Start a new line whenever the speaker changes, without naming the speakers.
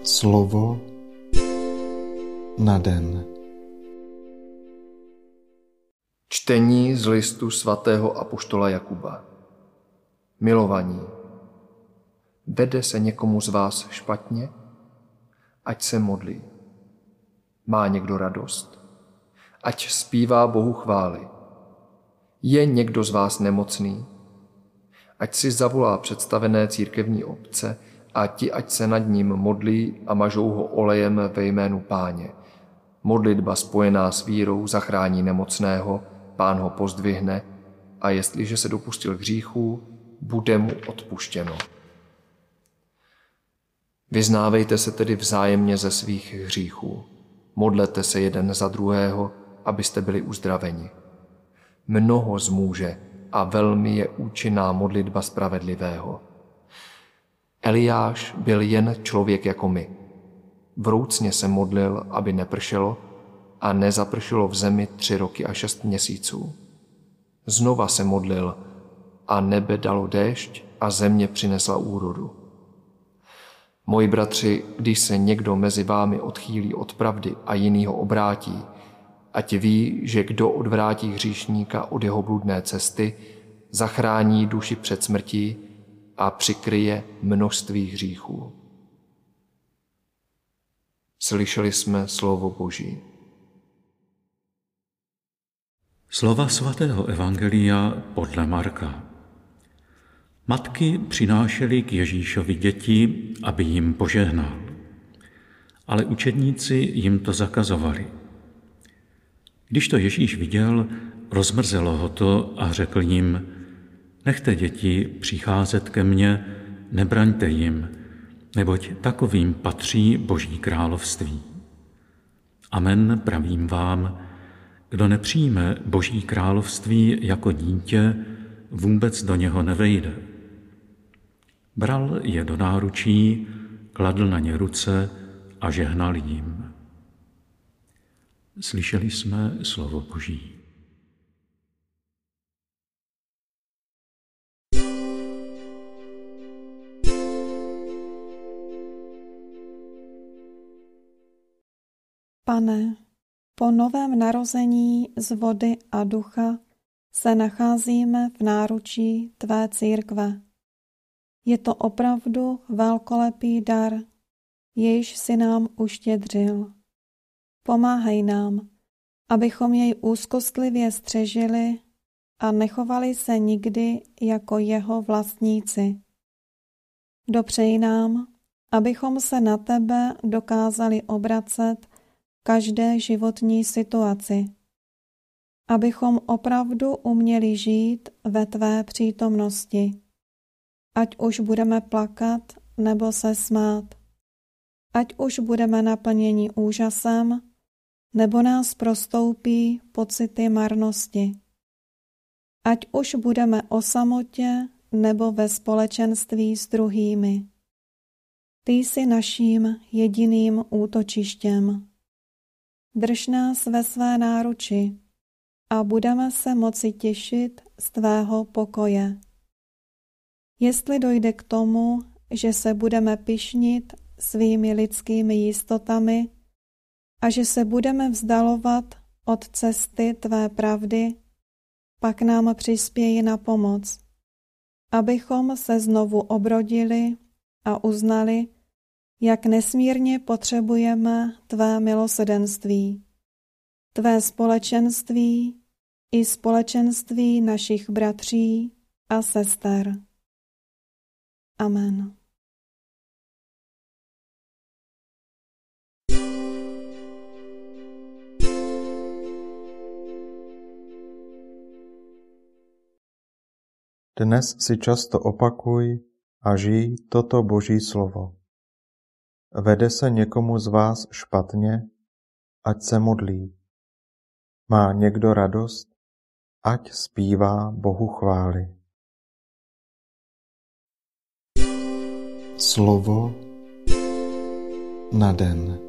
Slovo na den.
Čtení z listu svatého apoštola Jakuba. Milovaní, vede se někomu z vás špatně? Ať se modlí. Má někdo radost? Ať zpívá Bohu chvály. Je někdo z vás nemocný? Ať si zavolá představené církevní obce a ti ať se nad ním modlí a mažou ho olejem ve jménu Páně. Modlitba spojená s vírou zachrání nemocného, Pán ho pozdvihne a jestliže se dopustil hříchů, bude mu odpuštěno. Vyznávejte se tedy vzájemně ze svých hříchů. Modlete se jeden za druhého, abyste byli uzdraveni. Mnoho zmůže a velmi je účinná modlitba spravedlivého. Eliáš byl jen člověk jako my. Vroucně se modlil, aby nepršelo, a nezapršelo v zemi 3 roky a 6 měsíců. Znova se modlil a nebe dalo déšť a země přinesla úrodu. Moji bratři, když se někdo mezi vámi odchýlí od pravdy a jiný ho obrátí, ať ví, že kdo odvrátí hříšníka od jeho bludné cesty, zachrání duši před smrtí a přikryje množství hříchů. Slyšeli jsme slovo Boží.
Slova svatého evangelia podle Marka. Matky přinášely k Ježíšovi děti, aby jim požehnal, ale učedníci jim to zakazovali. Když to Ježíš viděl, rozmrzelo ho to a řekl jim: Nechte děti přicházet ke mně, nebraňte jim, neboť takovým patří Boží království. Amen, pravím vám, kdo nepřijme Boží království jako dítě, vůbec do něho nevejde. Bral je do náručí, kladl na ně ruce a žehnal jim. Slyšeli jsme slovo Boží.
Pane, po novém narození z vody a ducha se nacházíme v náručí tvé církve. Je to opravdu velkolepý dar, jejž si nám uštědřil. Pomáhej nám, abychom jej úzkostlivě střežili a nechovali se nikdy jako jeho vlastníci. Dopřej nám, abychom se na tebe dokázali obracet v každé životní situaci. Abychom opravdu uměli žít ve tvé přítomnosti. Ať už budeme plakat nebo se smát. Ať už budeme naplněni úžasem, nebo nás prostoupí pocity marnosti. Ať už budeme o samotě nebo ve společenství s druhými. Ty jsi naším jediným útočištěm. Drž nás ve své náruči a budeme se moci těšit z tvého pokoje. Jestli dojde k tomu, že se budeme pyšnit svými lidskými jistotami a že se budeme vzdalovat od cesty tvé pravdy, pak nám přispěj na pomoc, abychom se znovu obrodili a uznali, jak nesmírně potřebujeme tvé milosrdenství, tvé společenství i společenství našich bratří a sester. Amen.
Dnes si často opakuj a žij toto Boží slovo. Vede se někomu z vás špatně, ať se modlí. Má někdo radost, ať zpívá Bohu chvály. Slovo na den.